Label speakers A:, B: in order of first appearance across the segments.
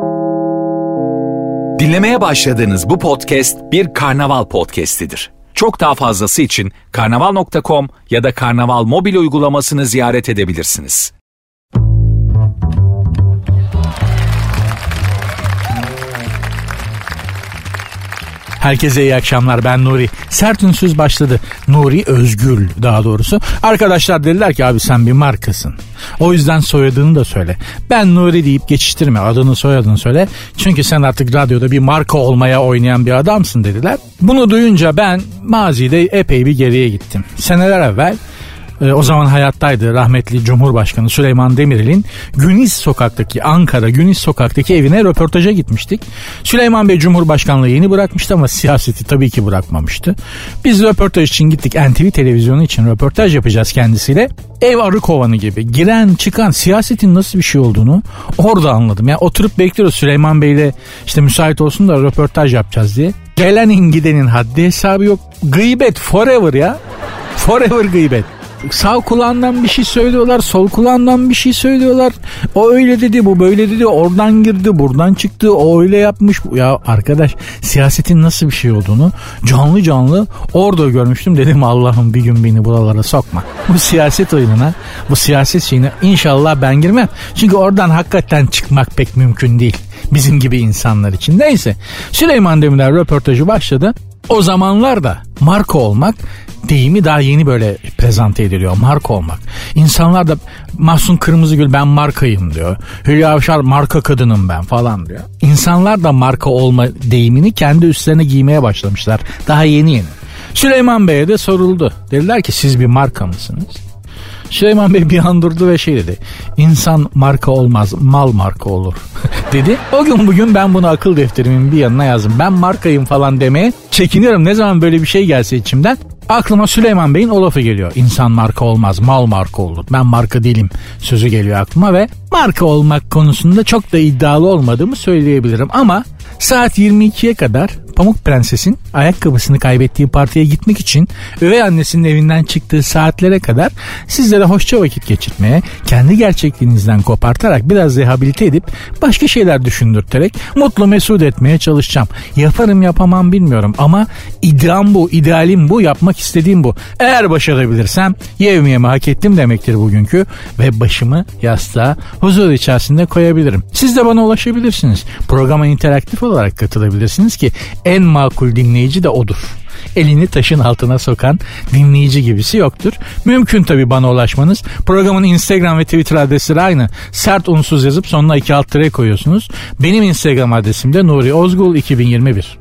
A: Dinlemeye başladığınız bu podcast bir Karnaval podcastidir. Çok daha fazlası için karnaval.com ya da Karnaval mobil uygulamasını ziyaret edebilirsiniz.
B: Herkese iyi akşamlar, ben Nuri. Sert Ünsüz başladı. Nuri Özgül daha doğrusu. Arkadaşlar dediler ki abi sen bir markasın. O yüzden soyadını da söyle. Ben Nuri deyip geçiştirme, adını soyadını söyle. Çünkü sen artık radyoda bir marka olmaya oynayan bir adamsın dediler. Bunu duyunca ben mazide epey bir geriye gittim. Seneler evvel o zaman hayattaydı rahmetli Cumhurbaşkanı Süleyman Demirel'in Güniz Sokak'taki, Ankara Güniz Sokak'taki evine röportaja gitmiştik. Süleyman Bey Cumhurbaşkanlığı yeni bırakmıştı ama siyaseti tabii ki bırakmamıştı. Biz röportaj için gittik. NTV televizyonu için röportaj yapacağız kendisiyle. Ev arı kovanı gibi giren çıkan, siyasetin nasıl bir şey olduğunu orada anladım. Yani oturup bekliyoruz Süleyman Bey'le işte müsait olsun da röportaj yapacağız diye. Gelenin gidenin haddi hesabı yok. Gıybet forever ya. Forever gıybet. Sağ kulağından bir şey söylüyorlar, sol kulağından bir şey söylüyorlar. O öyle dedi, bu böyle dedi, oradan girdi, buradan çıktı, o öyle yapmış. Ya arkadaş, siyasetin nasıl bir şey olduğunu canlı canlı orada görmüştüm. Dedim Allah'ım bir gün beni buralara sokma. Bu siyaset oyununa, bu siyaset şeyine inşallah ben girmem. Çünkü oradan hakikaten çıkmak pek mümkün değil bizim gibi insanlar için. Neyse, Süleyman Demirel röportajı başladı. O zamanlar da marka olmak deyimi daha yeni böyle prezente ediliyor. Marka olmak. İnsanlar da Mahsun Kırmızıgül ben markayım diyor. Hülya Avşar marka kadınım ben falan diyor. İnsanlar da marka olma deyimini kendi üstlerine giymeye başlamışlar. Daha yeni. Süleyman Bey'e de soruldu. Dediler ki siz bir marka mısınız? Süleyman Bey bir an durdu ve şey dedi. İnsan marka olmaz, mal marka olur dedi. O gün bugün ben bunu akıl defterimin bir yanına yazdım. Ben markayım falan demeye çekiniyorum. Ne zaman böyle bir şey gelse içimden aklıma Süleyman Bey'in o lafı geliyor. İnsan marka olmaz, mal marka olur. Ben marka değilim sözü geliyor aklıma ve marka olmak konusunda çok da iddialı olmadığımı söyleyebilirim. Ama saat 22'ye kadar Pamuk Prenses'in ayakkabısını kaybettiği partiye gitmek için üvey annesinin evinden çıktığı saatlere kadar sizlere hoşça vakit geçirmeye, kendi gerçekliğinizden kopartarak biraz rehabilite edip başka şeyler düşündürterek mutlu mesut etmeye çalışacağım. Yaparım yapamam bilmiyorum ama iddiam bu, idealim bu, yapmak istediğim bu. Eğer başarabilirsem yevmiyemi hak ettim demektir bugünkü ve başımı yastığa huzur içerisinde koyabilirim. Siz de bana ulaşabilirsiniz. Programa interaktif olarak katılabilirsiniz ki en makul dinleyici de odur. Elini taşın altına sokan dinleyici gibisi yoktur. Mümkün tabii bana ulaşmanız. Programın Instagram ve Twitter adresleri aynı. Sert unsuz yazıp sonuna 2 alt tire koyuyorsunuz. Benim Instagram adresim de Nuri Ozgul 2021.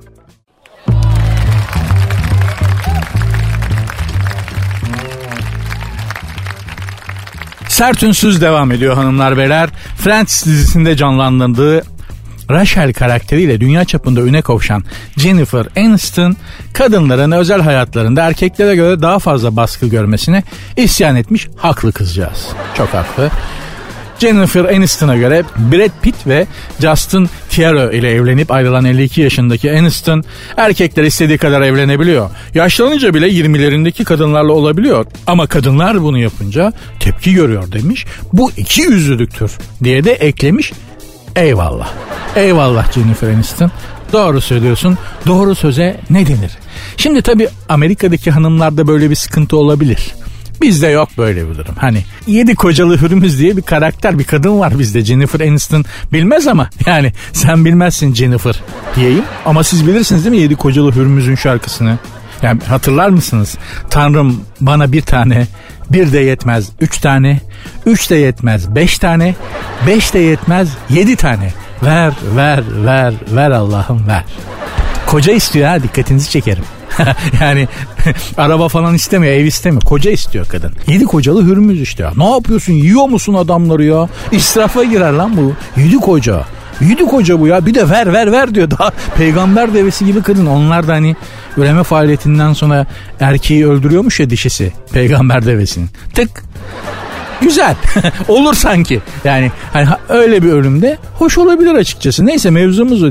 B: Sert Ünsüz devam ediyor hanımlar beyler. Friends dizisinde canlandırdığı Rachel karakteriyle dünya çapında üne kavuşan Jennifer Aniston, kadınların özel hayatlarında erkeklere göre daha fazla baskı görmesine isyan etmiş haklı kızcağız. Çok haklı. Jennifer Aniston'a göre Brad Pitt ve Justin Theroux ile evlenip ayrılan 52 yaşındaki Aniston erkekler istediği kadar evlenebiliyor. Yaşlanınca bile 20'lerindeki kadınlarla olabiliyor. Ama kadınlar bunu yapınca tepki görüyor demiş. Bu ikiyüzlülüktür diye de eklemiş. Eyvallah. Eyvallah Jennifer Aniston. Doğru söylüyorsun. Doğru söze ne denir? Şimdi tabii Amerika'daki hanımlarda böyle bir sıkıntı olabilir. Bizde yok böyle bir durum. Hani 7 kocalı Hürmüz diye bir karakter, bir kadın var bizde. Jennifer Aniston bilmez ama yani sen bilmezsin Jennifer diyeyim. Ama siz bilirsiniz değil mi 7 kocalı Hürmüz'ün şarkısını? Yani hatırlar mısınız? Tanrım bana bir tane, bir de yetmez 3 tane, 3 de yetmez 5 tane, 5 de yetmez 7 tane. Ver, ver, ver, ver Allah'ım ver. Koca istiyor ha, dikkatinizi çekerim. Yani araba falan istemiyor, ev istemiyor. Koca istiyor kadın. 7 kocalı Hürmüz işte ya. Ne yapıyorsun, yiyor musun adamları ya? İsrafa girer lan bu. 7 koca. 7 koca bu ya. Bir de ver ver ver diyor. Daha peygamber devesi gibi kadın. Onlar da hani üreme faaliyetinden sonra erkeği öldürüyormuş ya dişisi. Peygamber devesinin. Tık. Güzel. Olur sanki. Yani hani öyle bir ölümde hoş olabilir açıkçası. Neyse mevzumuz o değil.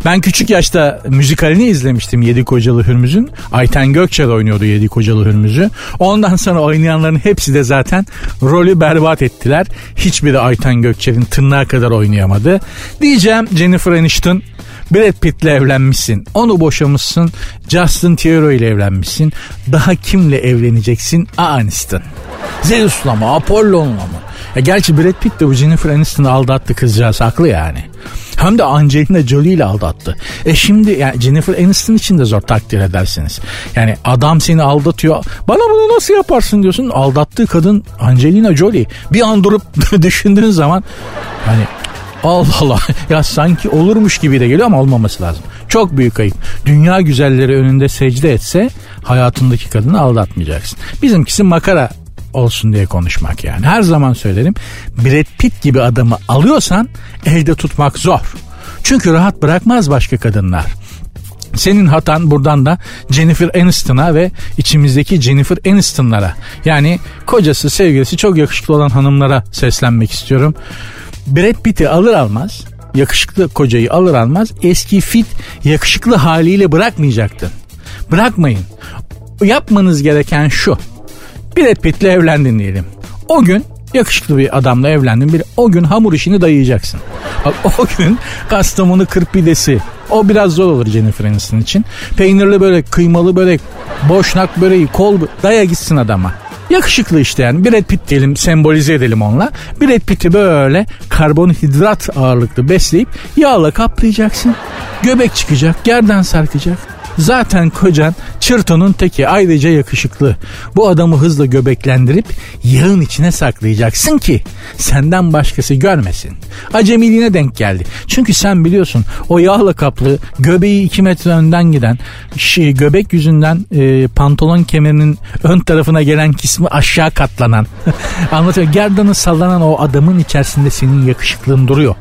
B: Ben küçük yaşta müzikalini izlemiştim Yedi Kocalı Hürmüz'ün. Ayten Gökçer oynuyordu Yedi Kocalı Hürmüz'ü. Ondan sonra oynayanların hepsi de zaten rolü berbat ettiler. Hiçbiri Ayten Gökçer'in tırnağı kadar oynayamadı. Diyeceğim Jennifer Aniston, Brad Pitt'le evlenmişsin. Onu boşamışsın. Justin Theroux ile evlenmişsin. Daha kimle evleneceksin? Aniston. Zeus'la mı? Apollon'la mı? Gerçi Brad Pitt de bu Jennifer Aniston'u aldattı, kızcağız haklı yani. Hem de Angelina Jolie ile aldattı. Şimdi yani Jennifer Aniston için de zor, takdir edersiniz. Yani adam seni aldatıyor. Bana bunu nasıl yaparsın diyorsun. Aldattığı kadın Angelina Jolie. Bir an durup düşündüğün zaman hani Allah Allah ya, sanki olurmuş gibi de geliyor ama olmaması lazım. Çok büyük ayıp. Dünya güzelleri önünde secde etse hayatındaki kadını aldatmayacaksın. Bizimkisi makara olsun diye konuşmak yani. Her zaman söylerim, Brad Pitt gibi adamı alıyorsan elde tutmak zor. Çünkü rahat bırakmaz başka kadınlar. Senin hatan buradan da Jennifer Aniston'a ve içimizdeki Jennifer Aniston'lara, yani kocası, sevgilisi çok yakışıklı olan hanımlara seslenmek istiyorum. Brad Pitt'i alır almaz, yakışıklı kocayı alır almaz eski fit yakışıklı haliyle bırakmayacaktın. Bırakmayın. Yapmanız gereken şu: Brad Pitt'le evlendin diyelim. O gün yakışıklı bir adamla evlendin. O gün hamur işini dayayacaksın. Bak, o gün Kastamonu kırpidesi. O biraz zor olur Jennifer Aniston için. Peynirli börek, kıymalı börek, boşnak böreği, kol daya gitsin adama. Yakışıklı işte yani. Brad Pitt diyelim, sembolize edelim onunla. Brad Pitt'i böyle karbonhidrat ağırlıklı besleyip yağla kaplayacaksın. Göbek çıkacak, gerdan sarkacak. Zaten kocan çırtonun teki, ayrıca yakışıklı. Bu adamı hızla göbeklendirip yağın içine saklayacaksın ki senden başkası görmesin. Acemiliğine denk geldi. Çünkü sen biliyorsun, o yağla kaplı, göbeği 2 metre önden giden, göbek yüzünden pantolon kemerinin ön tarafına gelen kısmı aşağı katlanan anlatıyor, gerdanı sallanan o adamın içerisinde senin yakışıklığın duruyor.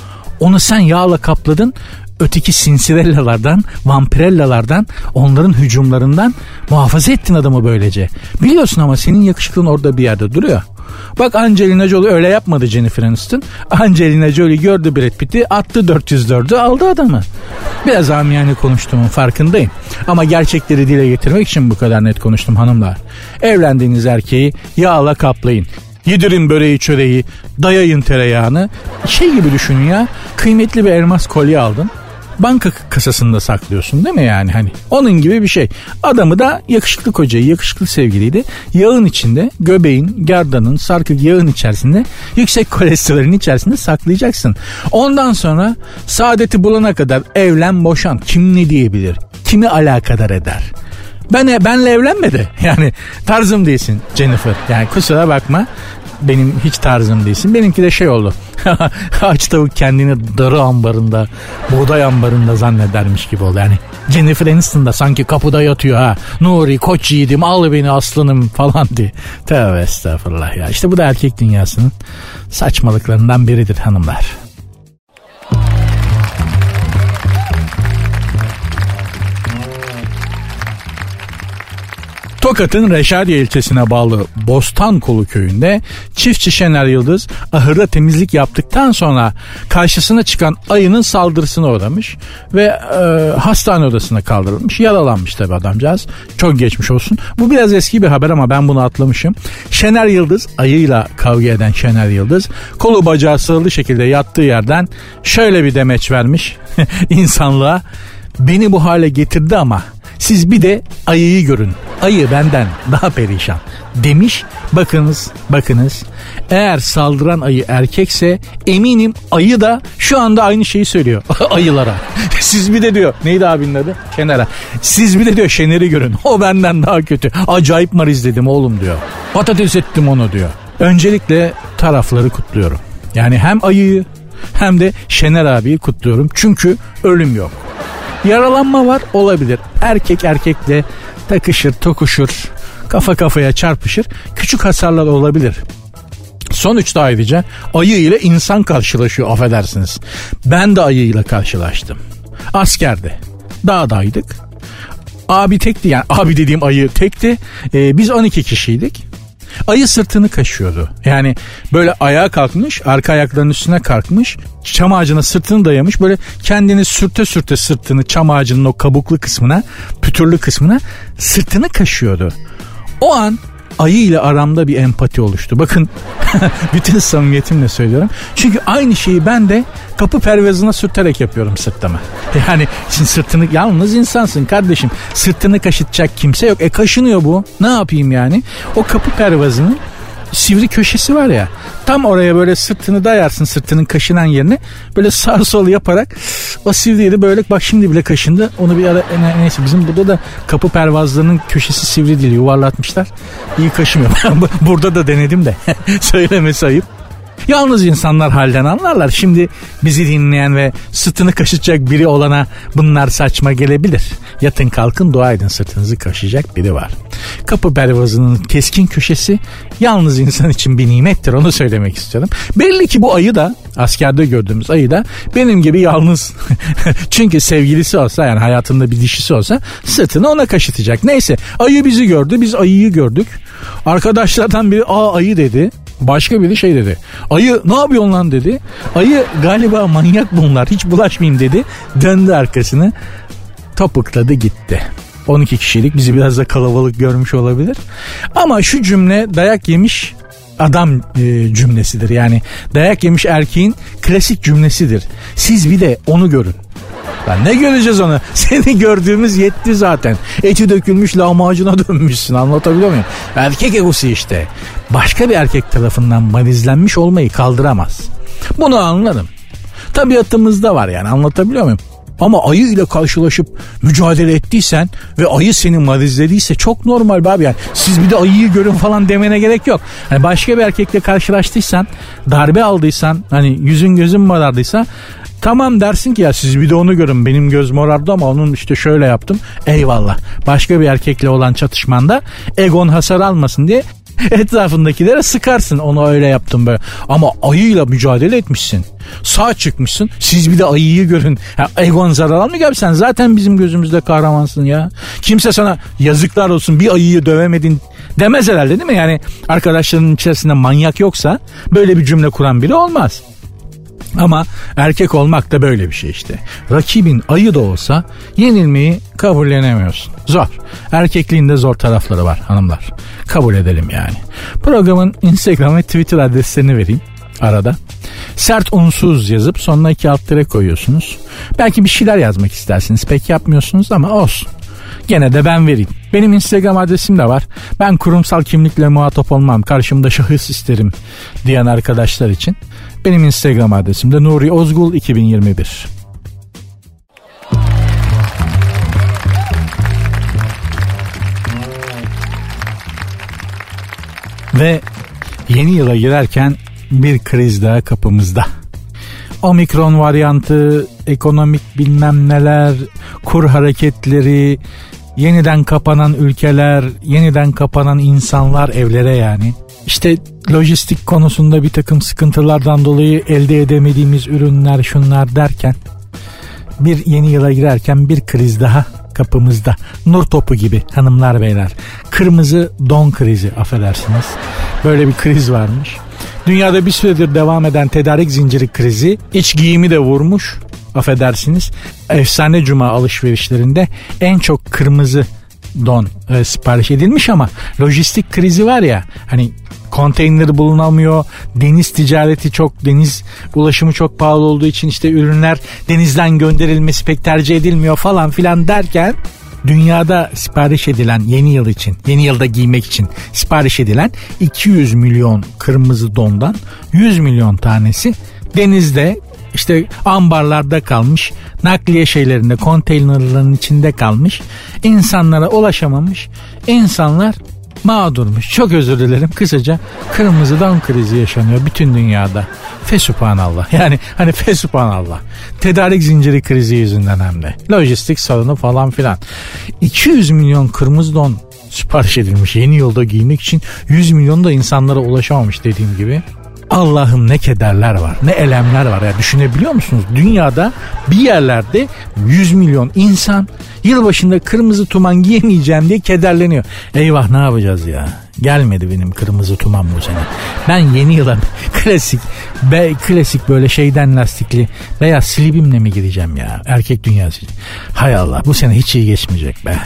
B: Onu sen yağla kapladın. Öteki sinsirellalardan, vampirellalardan, onların hücumlarından muhafaza ettin adamı böylece. Biliyorsun ama senin yakışıklığın orada bir yerde duruyor. Bak, Angelina Jolie öyle yapmadı Jennifer Aniston. Angelina Jolie gördü Brad Pitt'i, attı 404'ü, aldı adamı. Biraz amiyane konuştuğumun farkındayım. Ama gerçekleri dile getirmek için bu kadar net konuştum hanımlar. Evlendiğiniz erkeği yağla kaplayın. Yedirin böreği çöreği, dayayın tereyağını. Şey gibi düşünün ya, kıymetli bir elmas kolye aldın. Banka kasasında saklıyorsun değil mi yani, hani onun gibi bir şey. Adamı da, yakışıklı kocayı, yakışıklı sevgiliydi, yağın içinde, göbeğin, gerdanın, sarkık yağın içerisinde, yüksek kolesterolün içerisinde saklayacaksın. Ondan sonra saadeti bulana kadar evlen, boşan. Kim ne diyebilir? Kimi alakadar eder? Benle evlenmedi. Yani tarzım değilsin Jennifer. Yani kusura bakma, benim hiç tarzım değilsin. Benimki de şey oldu. Aç tavuk kendini darı ambarında, buğday ambarında zannedermiş gibi oldu. Yani Jennifer Aniston da sanki kapıda yatıyor ha. Nuri, koç yiğidim, al beni aslanım falan diye. Tövbe estağfurullah ya. İşte bu da erkek dünyasının saçmalıklarından biridir hanımlar. Tokat'ın Reşadiye ilçesine bağlı Bostankolu köyünde çiftçi Şener Yıldız ahırda temizlik yaptıktan sonra karşısına çıkan ayının saldırısına uğramış ve hastane odasına kaldırılmış. Yaralanmış tabi adamcağız. Çok geçmiş olsun. Bu biraz eski bir haber ama ben bunu atlamışım. Şener Yıldız, ayıyla kavga eden Şener Yıldız, kolu bacağı sığırlı şekilde yattığı yerden şöyle bir demeç vermiş insanlığa: beni bu hale getirdi ama siz bir de ayıyı görün. Ayı benden daha perişan demiş. Bakınız. Eğer saldıran ayı erkekse eminim ayı da şu anda aynı şeyi söylüyor ayılara. Siz bir de diyor, neydi abinin adı? Şener'e. Siz bir de diyor Şener'i görün. O benden daha kötü. Acayip mariz dedim oğlum diyor. Patates ettim onu diyor. Öncelikle tarafları kutluyorum. Yani hem ayıyı hem de Şener abiyi kutluyorum. Çünkü ölüm yok. Yaralanma var, olabilir. Erkek erkekle takışır, tokuşur, kafa kafaya çarpışır. Küçük hasarlar olabilir. Sonuçta ayrıca ayı ile insan karşılaşıyor, affedersiniz. Ben de ayı ile karşılaştım. Askerde. Dağdaydık. Abi tekti, yani abi dediğim ayı tekti. Biz 12 kişiydik. Ayı sırtını kaşıyordu. Yani böyle ayağa kalkmış, arka ayaklarının üstüne kalkmış, çam ağacına sırtını dayamış, böyle kendini sürte sürte sırtını çam ağacının o kabuklu kısmına, pütürlü kısmına sırtını kaşıyordu. O an ayı ile aramda bir empati oluştu. Bakın bütün samimiyetimle söylüyorum. Çünkü aynı şeyi ben de kapı pervazına sürterek yapıyorum sırtıma. Yani şimdi sırtını, yalnız insansın kardeşim. Sırtını kaşıtacak kimse yok. Kaşınıyor bu. Ne yapayım yani? O kapı pervazının sivri köşesi var ya, tam oraya böyle sırtını dayarsın, sırtının kaşınan yerine böyle sağ sol yaparak o sivri yeri böyle, bak şimdi bile kaşındı, onu bir ara, neyse bizim burada da kapı pervazlarının köşesi sivri değil, yuvarlatmışlar, iyi kaşımıyor. Burada da denedim de söylemesi ayıp. Yalnız insanlar halden anlarlar. Şimdi bizi dinleyen ve sırtını kaşıyacak biri olana bunlar saçma gelebilir. Yatın kalkın dua edin, sırtınızı kaşıyacak biri var. Kapı pervazının keskin köşesi yalnız insan için bir nimettir, onu söylemek istiyorum. Belli ki bu ayı da, askerde gördüğümüz ayı da benim gibi yalnız. Çünkü sevgilisi olsa, yani hayatında bir dişisi olsa sırtını ona kaşıtacak. Neyse, ayı bizi gördü, biz ayıyı gördük. Arkadaşlardan biri ayı dedi. Başka biri şey dedi. Ayı ne yapıyorsun lan dedi. Ayı galiba manyak bunlar, hiç bulaşmayayım dedi. Döndü arkasını, topukladı gitti. 12 kişilik, bizi biraz da kalabalık görmüş olabilir. Ama şu cümle dayak yemiş adam cümlesidir. Yani dayak yemiş erkeğin klasik cümlesidir. Siz bir de onu görün. Lan ne göreceğiz onu? Seni gördüğümüz yetti zaten. Eti dökülmüş lahmacuna dönmüşsün, anlatabiliyor muyum? Erkek egosu işte. Başka bir erkek tarafından malizlenmiş olmayı kaldıramaz. Bunu anladım. Tabiatımızda var yani, anlatabiliyor muyum? Ama ayı ile karşılaşıp mücadele ettiysen ve ayı seni malizlediyse çok normal abi yani. Siz bir de ayıyı görün falan demene gerek yok. Hani başka bir erkekle karşılaştıysan, darbe aldıysan, hani yüzün gözün morardıysa tamam dersin ki ya siz bir de onu görün, benim göz morardı ama onun işte şöyle yaptım. Eyvallah. Başka bir erkekle olan çatışmanda egon hasar almasın diye etrafındakilere sıkarsın, onu öyle yaptım böyle. Ama ayıyla mücadele etmişsin, sağ çıkmışsın, siz bir de ayıyı görün. Ya, egon zarar almıyor abi, sen zaten bizim gözümüzde kahramansın ya. Kimse sana yazıklar olsun bir ayıyı dövemedin demez herhalde, değil mi? Yani arkadaşlarının içerisinde manyak yoksa böyle bir cümle kuran biri olmaz. Ama erkek olmak da böyle bir şey işte. Rakibin ayı da olsa yenilmeyi kabullenemiyorsun. Zor. Erkekliğin de zor tarafları var hanımlar. Kabul edelim yani. Programın Instagram ve Twitter adreslerini vereyim arada. Sert unsuz yazıp sonuna 2 alt tire koyuyorsunuz. Belki bir şeyler yazmak istersiniz. Pek yapmıyorsunuz ama olsun. Gene de ben vereyim. Benim Instagram adresim de var. Ben kurumsal kimlikle muhatap olmam, karşımda şahıs isterim diyen arkadaşlar için benim Instagram adresim de Nuri Ozgul 2021. Ve yeni yıla girerken bir kriz daha kapımızda. Omikron varyantı, ekonomik bilmem neler, kur hareketleri, yeniden kapanan ülkeler, yeniden kapanan insanlar evlere yani. İşte lojistik konusunda bir takım sıkıntılardan dolayı elde edemediğimiz ürünler, şunlar derken bir yeni yıla girerken bir kriz daha kapımızda. Nur topu gibi hanımlar beyler. Kırmızı don krizi, affedersiniz. Böyle bir kriz varmış. Dünyada bir süredir devam eden tedarik zinciri krizi iç giyimi de vurmuş. Affedersiniz. Efsane Cuma alışverişlerinde en çok kırmızı don sipariş edilmiş ama lojistik krizi var ya, hani konteyner bulunamıyor, deniz ticareti çok, deniz ulaşımı çok pahalı olduğu için işte ürünler denizden gönderilmesi pek tercih edilmiyor falan filan derken dünyada sipariş edilen yeni yıl için, yeni yılda giymek için sipariş edilen 200 milyon kırmızı dondan 100 milyon tanesi denizde, işte ambarlarda kalmış, nakliye şeylerinde, konteynerların içinde kalmış, insanlara ulaşamamış, insanlar mağdurmuş. Çok özür dilerim, kısaca kırmızı don krizi yaşanıyor bütün dünyada. Fesubhanallah, yani hani fesubhanallah. Tedarik zinciri krizi yüzünden hem de. Lojistik sorunu falan filan. 200 milyon kırmızı don sipariş edilmiş yeni yılda giymek için, 100 milyon da insanlara ulaşamamış dediğim gibi. Allah'ım ne kederler var, ne elemler var ya, düşünebiliyor musunuz? Dünyada bir yerlerde 100 milyon insan yılbaşında kırmızı tuman giyemeyeceğim diye kederleniyor. Eyvah, ne yapacağız ya? Gelmedi benim kırmızı tuman bu sene. Ben yeni yıla klasik böyle şeyden lastikli veya slibimle mi gireceğim ya? Erkek dünyası. Hay Allah, bu sene hiç iyi geçmeyecek be.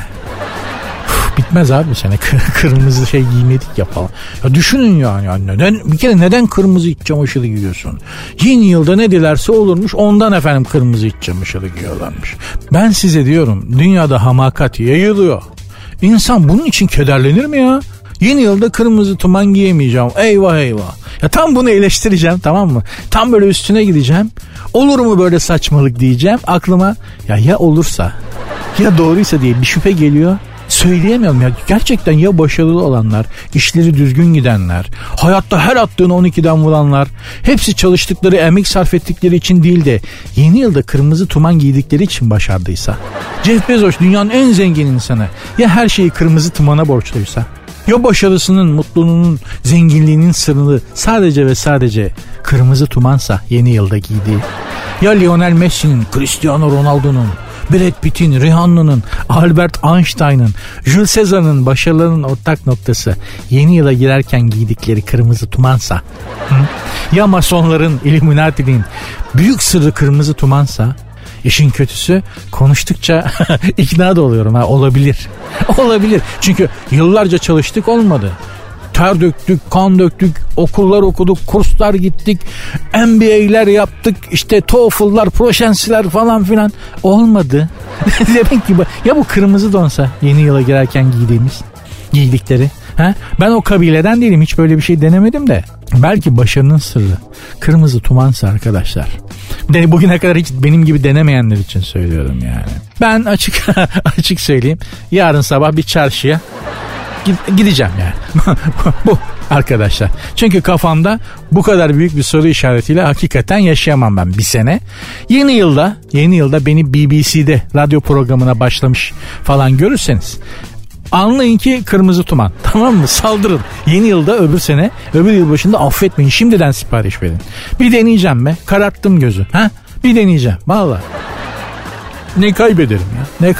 B: Bitmez abi bu sene. Kırmızı şey giymedik ya falan. Ya düşünün yani neden kırmızı iç çamaşırı giyiyorsun? Yeni yılda ne dilerse olurmuş, ondan efendim kırmızı iç çamaşırı giyiyorlarmış. Ben size diyorum, dünyada hamakat yayılıyor. İnsan bunun için kederlenir mi ya? Yeni yılda kırmızı tuman giyemeyeceğim. Eyvah eyvah. Ya tam bunu eleştireceğim, tamam mı? Tam böyle üstüne gideceğim. Olur mu böyle saçmalık diyeceğim. Aklıma ya olursa ya doğruysa diye bir şüphe geliyor. Söyleyemiyorum ya, gerçekten ya başarılı olanlar, işleri düzgün gidenler, hayatta her attığını 12'den vuranlar, hepsi çalıştıkları, emek sarf ettikleri için değil de yeni yılda kırmızı tuman giydikleri için başardıysa, Jeff Bezos dünyanın en zengin insanı ya her şeyi kırmızı tumana borçluysa, ya başarısının, mutluluğunun, zenginliğinin sırrını sadece ve sadece kırmızı tumansa yeni yılda giydiği, ya Lionel Messi'nin, Cristiano Ronaldo'nun, Brad Pitt'in, Rihanna'nın, Albert Einstein'ın, Jules Caesar'ın başarılarının ortak noktası yeni yıla girerken giydikleri kırmızı tumansa, ya Masonların, Illuminati'nin büyük sırrı kırmızı tumansa, işin kötüsü konuştukça ikna da oluyorum. Olabilir. Olabilir. Çünkü yıllarca çalıştık, olmadı. Ter döktük, kan döktük, okullar okuduk, kurslar gittik, MBA'ler yaptık, işte TOEFL'lar, Proficiency'ler falan filan, olmadı. Demek ki ya bu kırmızı donsa yeni yıla girerken giydikleri. Ben o kabileden değilim, hiç böyle bir şey denemedim de. Belki başarının sırrı kırmızı tumansa arkadaşlar. Bugüne kadar hiç benim gibi denemeyenler için söylüyorum yani. Ben açık söyleyeyim, yarın sabah bir çarşıya gideceğim yani. Bu arkadaşlar. Çünkü kafamda bu kadar büyük bir soru işaretiyle hakikaten yaşayamam ben bir sene. Yeni yılda beni BBC'de radyo programına başlamış falan görürseniz anlayın ki kırmızı tuman. Tamam mı? Saldırın. Yeni yılda öbür yıl başında affetmeyin. Şimdiden sipariş verin. Bir deneyeceğim be. Kararttım gözü. Bir deneyeceğim. Vallahi. Ne kaybederim ya?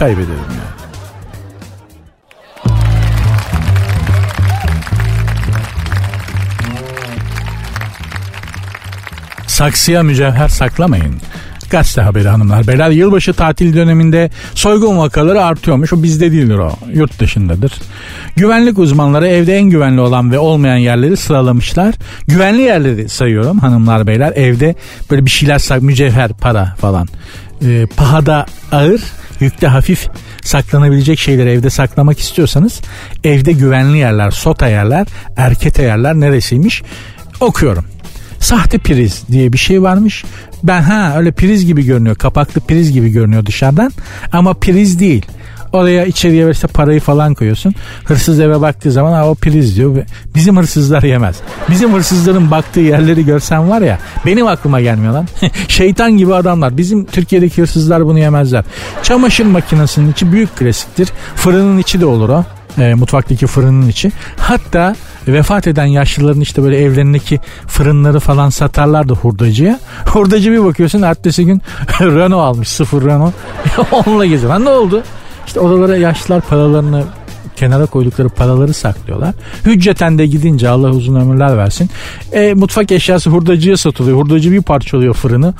B: Saksıya mücevher saklamayın. Gazete haberi hanımlar beyler. Yılbaşı tatil döneminde soygun vakaları artıyormuş. O bizde değildir, o yurt dışındadır. Güvenlik uzmanları evde en güvenli olan ve olmayan yerleri sıralamışlar. Güvenli yerleri sayıyorum hanımlar beyler. Evde böyle bir şeyler mücevher, para falan. Pahada ağır, yükte hafif saklanabilecek şeyleri evde saklamak istiyorsanız evde güvenli yerler, sota yerler, erkete yerler neresiymiş? Okuyorum. Sahte priz diye bir şey varmış. Ben öyle priz gibi görünüyor. Kapaklı priz gibi görünüyor dışarıdan. Ama priz değil. Oraya içeriye işte parayı falan koyuyorsun. Hırsız eve baktığı zaman o priz diyor. Bizim hırsızlar yemez. Bizim hırsızların baktığı yerleri görsen var ya, benim aklıma gelmiyor lan. Şeytan gibi adamlar. Bizim Türkiye'deki hırsızlar bunu yemezler. Çamaşır makinesinin içi büyük klasiktir. Fırının içi de olur o. Mutfaktaki fırının içi. Hatta vefat eden yaşlıların işte böyle evlerindeki fırınları falan satarlardı hurdacıya. Hurdacı bir bakıyorsun ertesi gün Renault almış, 0 Renault. Onunla geziyor. Ne oldu? İşte odalara yaşlılar paralarını, kenara koydukları paraları saklıyorlar. Hücceten de gidince Allah uzun ömürler versin. Mutfak eşyası hurdacıya satılıyor. Hurdacı bir parçalıyor fırını.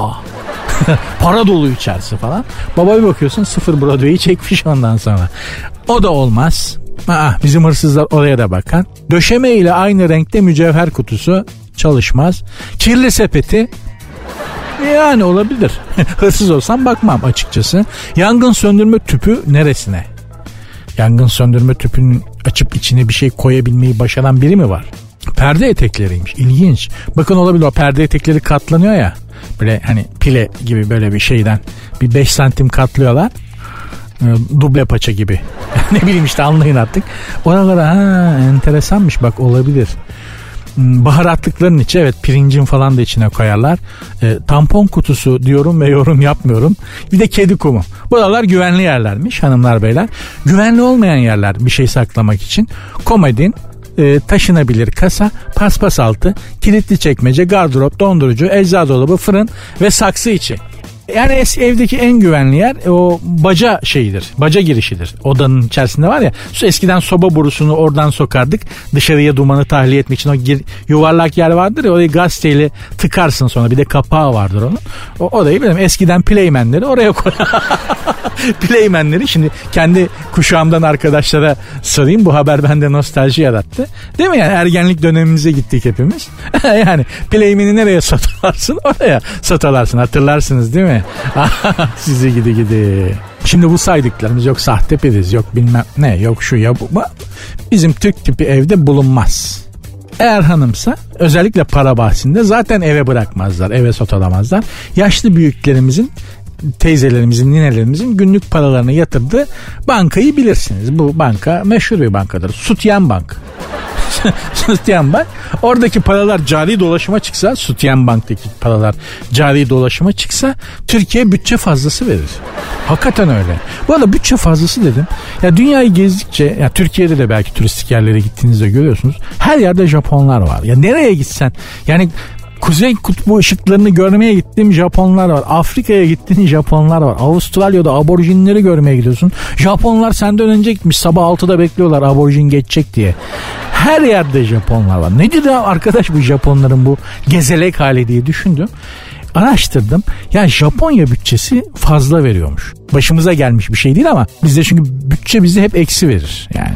B: Para dolu içerisi falan. Baba bir bakıyorsun 0 Broadway'i çekmiş ondan sonra. O da olmaz. Bizim hırsızlar oraya da bakar. Döşeme ile aynı renkte mücevher kutusu çalışmaz. Kirli sepeti yani olabilir. Hırsız olsam bakmam açıkçası. Yangın söndürme tüpü neresine? Yangın söndürme tüpünün açıp içine bir şey koyabilmeyi başaran biri mi var? Perde etekleriymiş. İlginç. Bakın olabilir, o perde etekleri katlanıyor ya. Böyle hani pile gibi böyle bir şeyden bir 5 santim katlıyorlar. Duble paça gibi. Ne bileyim işte, anlayın artık. Oralara enteresanmış bak, olabilir. Baharatlıkların içi, evet, pirincin falan da içine koyarlar. Tampon kutusu diyorum ve yorum yapmıyorum. Bir de kedi kumu. Buralar güvenli yerlermiş hanımlar beyler. Güvenli olmayan yerler bir şey saklamak için komodin, taşınabilir kasa, paspas altı, kilitli çekmece, gardırop, dondurucu, eczacı dolabı, fırın ve saksı içi. Yani evdeki en güvenli yer o baca şeyidir. Baca girişidir. Odanın içerisinde var ya. Eskiden soba borusunu oradan sokardık. Dışarıya dumanı tahliye etmek için o yuvarlak yer vardır ya, orayı gazeteyle tıkarsın sonra. Bir de kapağı vardır onun. O odayı bilmiyorum. Eskiden Playmen'leri oraya koy. Playmen'leri şimdi kendi kuşağımdan arkadaşlara sorayım. Bu haber bende nostalji yarattı. Değil mi yani? Ergenlik dönemimize gittik hepimiz. Yani Playmen'i nereye satalarsın? Oraya satalarsın. Hatırlarsınız değil mi? Sizi gidi. Şimdi bu saydıklarımız yok sahte priz, yok bilmem ne, yok şu ya bu. Bizim Türk tipi evde bulunmaz. Eğer hanımsa özellikle para bahsinde zaten eve bırakmazlar, eve sotalamazlar. Yaşlı büyüklerimizin, teyzelerimizin, ninelerimizin günlük paralarını yatırdığı bankayı bilirsiniz. Bu banka meşhur bir bankadır. Sütyen Bank. Sütyen Bank. Oradaki paralar cari dolaşıma çıksa, Sütyen Bank'taki paralar cari dolaşıma çıksa Türkiye bütçe fazlası verir. Hakikaten öyle. Bu arada bütçe fazlası dedim. Ya dünyayı gezdikçe, ya Türkiye'de de belki turistik yerlere gittiğinizde görüyorsunuz. Her yerde Japonlar var. Ya nereye gitsen yani Kuzey Kutbu ışıklarını görmeye gittiğim Japonlar var. Afrika'ya gittiğin Japonlar var. Avustralya'da aborjinleri görmeye gidiyorsun. Japonlar senden önce gitmiş. Sabah 6'da bekliyorlar aborjin geçecek diye. Her yerde Japonlar var. Nedir ya arkadaş bu Japonların bu gezelek hali diye düşündüm. Araştırdım. Ya Japonya bütçesi fazla veriyormuş. Başımıza gelmiş bir şey değil ama bizde çünkü bütçe bize hep eksi verir. Yani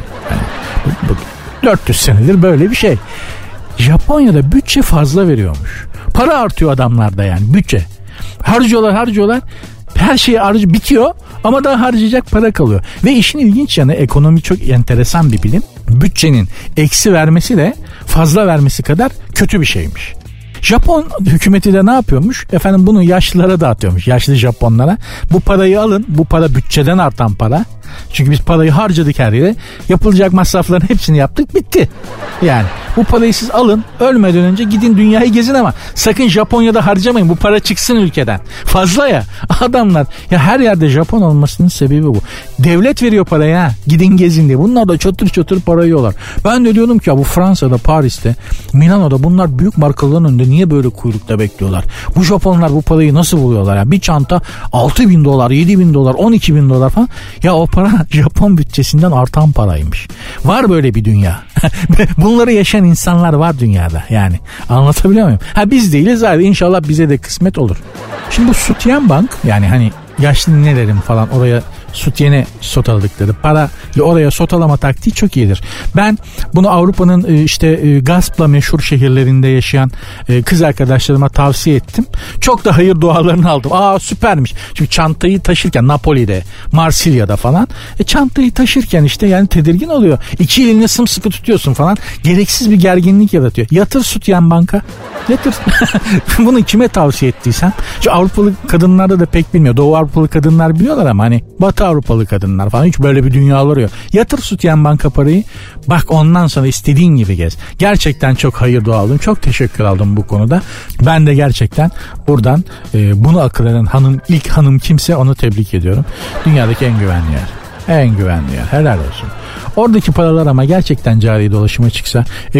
B: bu 400 senedir böyle bir şey. Japonya'da bütçe fazla veriyormuş. Para artıyor adamlarda yani bütçe. Harcıyorlar. Her şey bitiyor ama daha harcayacak para kalıyor. Ve işin ilginç yanı, ekonomi çok enteresan bir bilim. Bütçenin eksi vermesi de fazla vermesi kadar kötü bir şeymiş. Japon hükümeti de ne yapıyormuş? Efendim bunu yaşlılara dağıtıyormuş. Yaşlı Japonlara. Bu parayı alın. Bu para bütçeden artan para. Çünkü biz parayı harcadık her yere. Yapılacak masrafların hepsini yaptık. Bitti. Yani bu parayı siz alın. Ölmeden önce gidin dünyayı gezin ama sakın Japonya'da harcamayın. Bu para çıksın ülkeden. Fazla ya. Adamlar ya her yerde Japon olmasının sebebi bu. Devlet veriyor parayı ha. Gidin gezin diye. Bunlar da çatır para yiyorlar. Ben de diyorum ki ya bu Fransa'da, Paris'te, Milano'da bunlar büyük markaların önünde niye böyle kuyrukta bekliyorlar? Bu Japonlar bu parayı nasıl buluyorlar ya? Bir çanta $6,000, $7,000, $12,000 falan. Ya o para Japon bütçesinden artan paraymış. Var böyle bir dünya. Bunları yaşayan insanlar var dünyada. Yani anlatabiliyor muyum? Ha biz değiliz abi. İnşallah bize de kısmet olur. Şimdi bu Sütyen Bank yani hani yaşlı ninelerin falan oraya sütyene sotaladıkları para oraya sotalama taktiği çok iyidir. Ben bunu Avrupa'nın işte gaspla meşhur şehirlerinde yaşayan kız arkadaşlarıma tavsiye ettim. Çok da hayır dualarını aldım. Süpermiş. Çünkü çantayı taşırken Napoli'de, Marsilya'da falan çantayı taşırken işte yani tedirgin oluyor. İki elini sımsıkı tutuyorsun falan. Gereksiz bir gerginlik yaratıyor. Yatır Sütyen Bank'a. Yatır. Bunu kime tavsiye ettiysem. Şu Avrupalı kadınlarda da pek bilmiyor. Doğu Avrupalı kadınlar biliyorlar ama hani Batı Avrupalı kadınlar falan hiç böyle bir dünyaları yok. Yatır Sütyen Banka parayı. Bak ondan sonra istediğin gibi gez. Gerçekten çok hayır dua aldım. Çok teşekkür aldım bu konuda. Ben de gerçekten buradan bunu akıl eden ilk hanım kimse onu tebrik ediyorum. Dünyadaki en güvenli yer. En güvenli yer. Helal olsun. Oradaki paralar ama gerçekten cari dolaşıma çıksa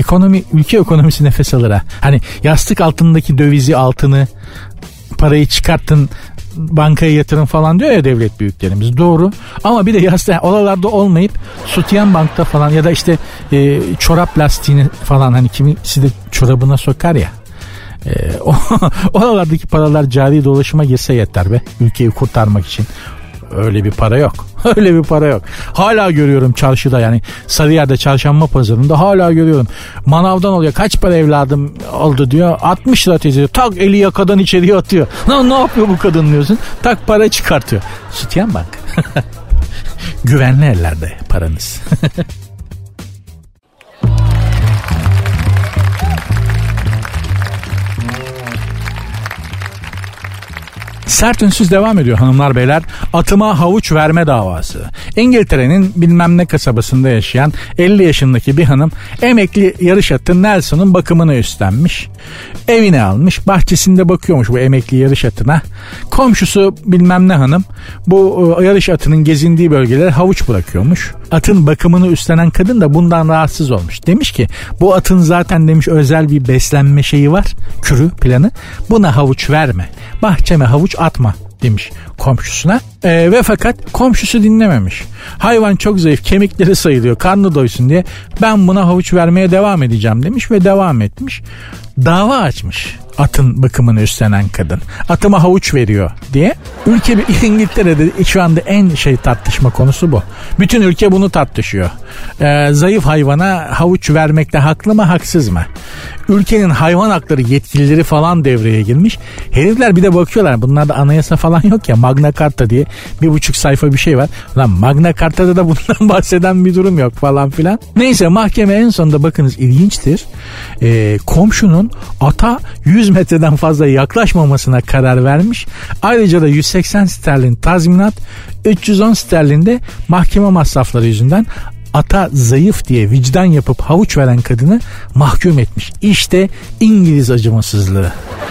B: ülke ekonomisi nefes alır ha. Hani yastık altındaki dövizi, altını, parayı çıkartın bankaya yatırın falan diyor ya devlet büyüklerimiz. Doğru. Ama bir de oralarda olmayıp Sütyen Bank'ta falan ya da işte çorap lastiğini falan hani kimisi de çorabına sokar ya. Oralardaki paralar cari dolaşıma girse yeter be. Ülkeyi kurtarmak için. Öyle bir para yok. Öyle bir para yok. Hala görüyorum çarşıda yani Sarıyer'de çarşamba pazarında hala görüyorum. Manavdan oluyor. Kaç para evladım oldu diyor. 60 lira teyze. Tak eli yakadan içeriye atıyor. Ne yapıyor bu kadın diyorsun. Tak para çıkartıyor. Sütyen Bank. Güvenli ellerde paranız. Sert Ünsüz devam ediyor hanımlar beyler. Atıma havuç verme davası. İngiltere'nin bilmem ne kasabasında yaşayan 50 yaşındaki bir hanım emekli yarış atı Nelson'un bakımını üstlenmiş. Evine almış. Bahçesinde bakıyormuş bu emekli yarış atına. Komşusu bilmem ne hanım bu yarış atının gezindiği bölgelere havuç bırakıyormuş. Atın bakımını üstlenen kadın da bundan rahatsız olmuş. Demiş ki bu atın zaten demiş özel bir beslenme şeyi var. Kürü planı. Buna havuç verme. Bahçeme havuç atma demiş komşusuna. Ve fakat komşusu dinlememiş. Hayvan çok zayıf, kemikleri sayılıyor, karnı doysun diye ben buna havuç vermeye devam edeceğim demiş ve devam etmiş. Dava açmış atın bakımını üstlenen kadın. Atıma havuç veriyor diye. Ülke İngiltere'de şu anda en tartışma konusu bu. Bütün ülke bunu tartışıyor. Zayıf hayvana havuç vermekte haklı mı haksız mı? Ülkenin hayvan hakları yetkilileri falan devreye girmiş. Herifler bir de bakıyorlar. Bunlarda anayasa falan yok ya. Magna Carta diye 1,5 sayfa bir şey var. Lan Magna Carta'da da bundan bahseden bir durum yok falan filan. Neyse mahkeme en sonunda bakınız ilginçtir. Komşunun ata 100 metreden fazla yaklaşmamasına karar vermiş. Ayrıca da 180 sterlin tazminat, 310 sterlin de mahkeme masrafları yüzünden ata zayıf diye vicdan yapıp havuç veren kadını mahkum etmiş. İşte İngiliz acımasızlığı.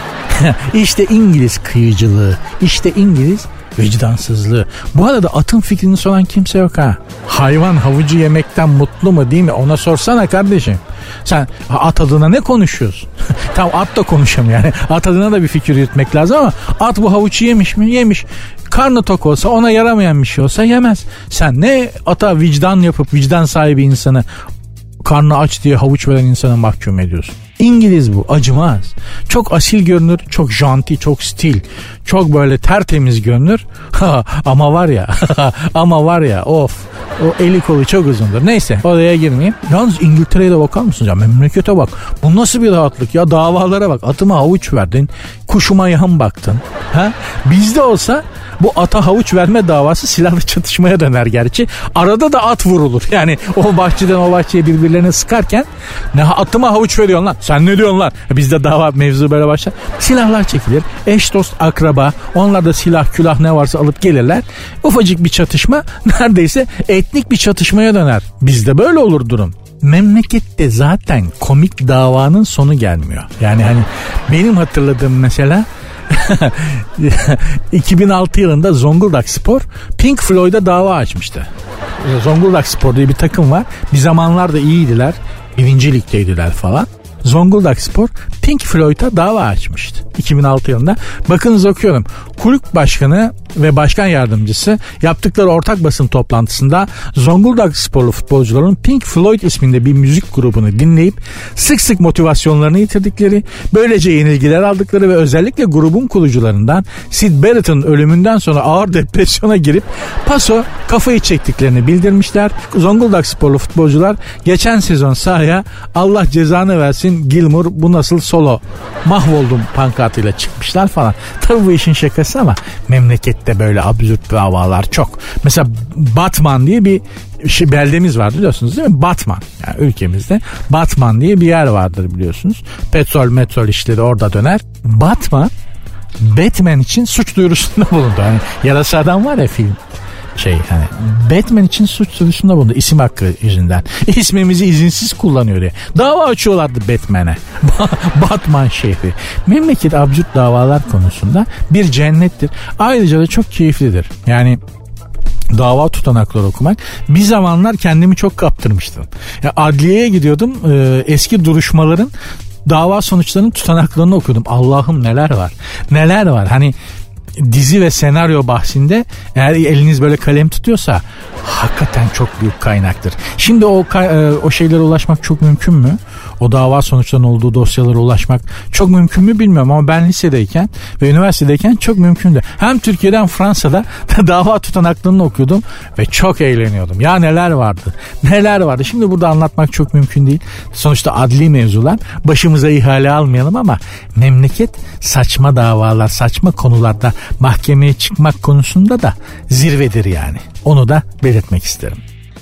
B: İşte İngiliz kıyıcılığı. İşte İngiliz vicdansızlığı. Bu arada atın fikrini soran kimse yok ha. Hayvan havucu yemekten mutlu mu değil mi? Ona sorsana kardeşim. Sen at adına ne konuşuyorsun? Tamam at da konuşamıyor yani. At adına da bir fikir yürütmek lazım ama at bu havucu yemiş mi? Yemiş. Karnı tok olsa, ona yaramayan bir şey olsa yemez. Sen ne ata vicdan yapıp vicdan sahibi insanı, karnı aç diye havuç veren insanı mahkum ediyorsun? İngiliz bu, acımaz. Çok asil görünür, çok janti, çok stil, çok böyle tertemiz görünür. Ama var ya of, o eli kolu çok uzundur. Neyse oraya girmeyeyim. Yalnız İngiltere'ye de bakar mısınız ya, memlekete bak. Bu nasıl bir rahatlık ya, davalara bak. Atıma havuç verdin, kuşuma yan baktın. Bizde olsa bu ata havuç verme davası silahlı çatışmaya döner gerçi. Arada da at vurulur. Yani o bahçeden o bahçeye birbirlerine sıkarken ne atıma havuç veriyorsun lan? Sen ne diyorsun lan? Bizde dava mevzu böyle başlar. Silahlar çekilir. Eş dost akraba. Onlar da silah külah ne varsa alıp gelirler. Ufacık bir çatışma neredeyse etnik bir çatışmaya döner. Bizde böyle olur durum. Memlekette zaten komik davanın sonu gelmiyor. Yani hani benim hatırladığım mesela 2006 yılında Zonguldak Spor Pink Floyd'a dava açmıştı. Zonguldak Spor diye bir takım var. Bir zamanlar da iyiydiler. 1. ligdeydiler falan. Zonguldak Spor Pink Floyd'a dava açmıştı 2006 yılında. Bakınız okuyorum. Kulüp başkanı ve başkan yardımcısı yaptıkları ortak basın toplantısında Zonguldak Sporlu futbolcuların Pink Floyd isminde bir müzik grubunu dinleyip sık sık motivasyonlarını yitirdikleri, böylece yenilgiler aldıkları ve özellikle grubun kurucularından Syd Barrett'ın ölümünden sonra ağır depresyona girip paso kafayı çektiklerini bildirmişler. Zonguldak Sporlu futbolcular geçen sezon sahaya Allah cezanı versin Gilmour bu nasıl solo mahvoldum pankartıyla çıkmışlar falan. Tabii bu işin şakası ama memlekette böyle absürt davalar çok. Mesela Batman diye bir beldemiz var biliyorsunuz değil mi? Batman. Yani ülkemizde Batman diye bir yer vardır biliyorsunuz. Petrol işleri orada döner. Batman için suç duyurusunda bulundu. Hani yarasa adam var ya film. Hani Batman için suç duyurusunda bulundu isim hakkı yüzünden. İsmimizi izinsiz kullanıyor diye. Dava açıyorlardı Batman'e. Batman şehri. Memleket absürt davalar konusunda bir cennettir. Ayrıca da çok keyiflidir. Yani dava tutanakları okumak. Bir zamanlar kendimi çok kaptırmıştım. Ya adliyeye gidiyordum. Eski duruşmaların dava sonuçlarının tutanaklarını okuyordum. Allah'ım neler var. Neler var. Hani dizi ve senaryo bahsinde eğer eliniz böyle kalem tutuyorsa hakikaten çok büyük kaynaktır. Şimdi o şeylere ulaşmak çok mümkün mü? O dava sonuçlarının olduğu dosyalara ulaşmak çok mümkün mü bilmiyorum ama ben lisedeyken ve üniversitedeyken çok mümkündü. Hem Türkiye'de hem Fransa'da dava tutanaklarını okuyordum ve çok eğleniyordum. Ya neler vardı. Şimdi burada anlatmak çok mümkün değil. Sonuçta adli mevzular, başımıza ihale almayalım ama memleket saçma davalar, saçma konularda mahkemeye çıkmak konusunda da zirvedir yani. Onu da belirtmek isterim.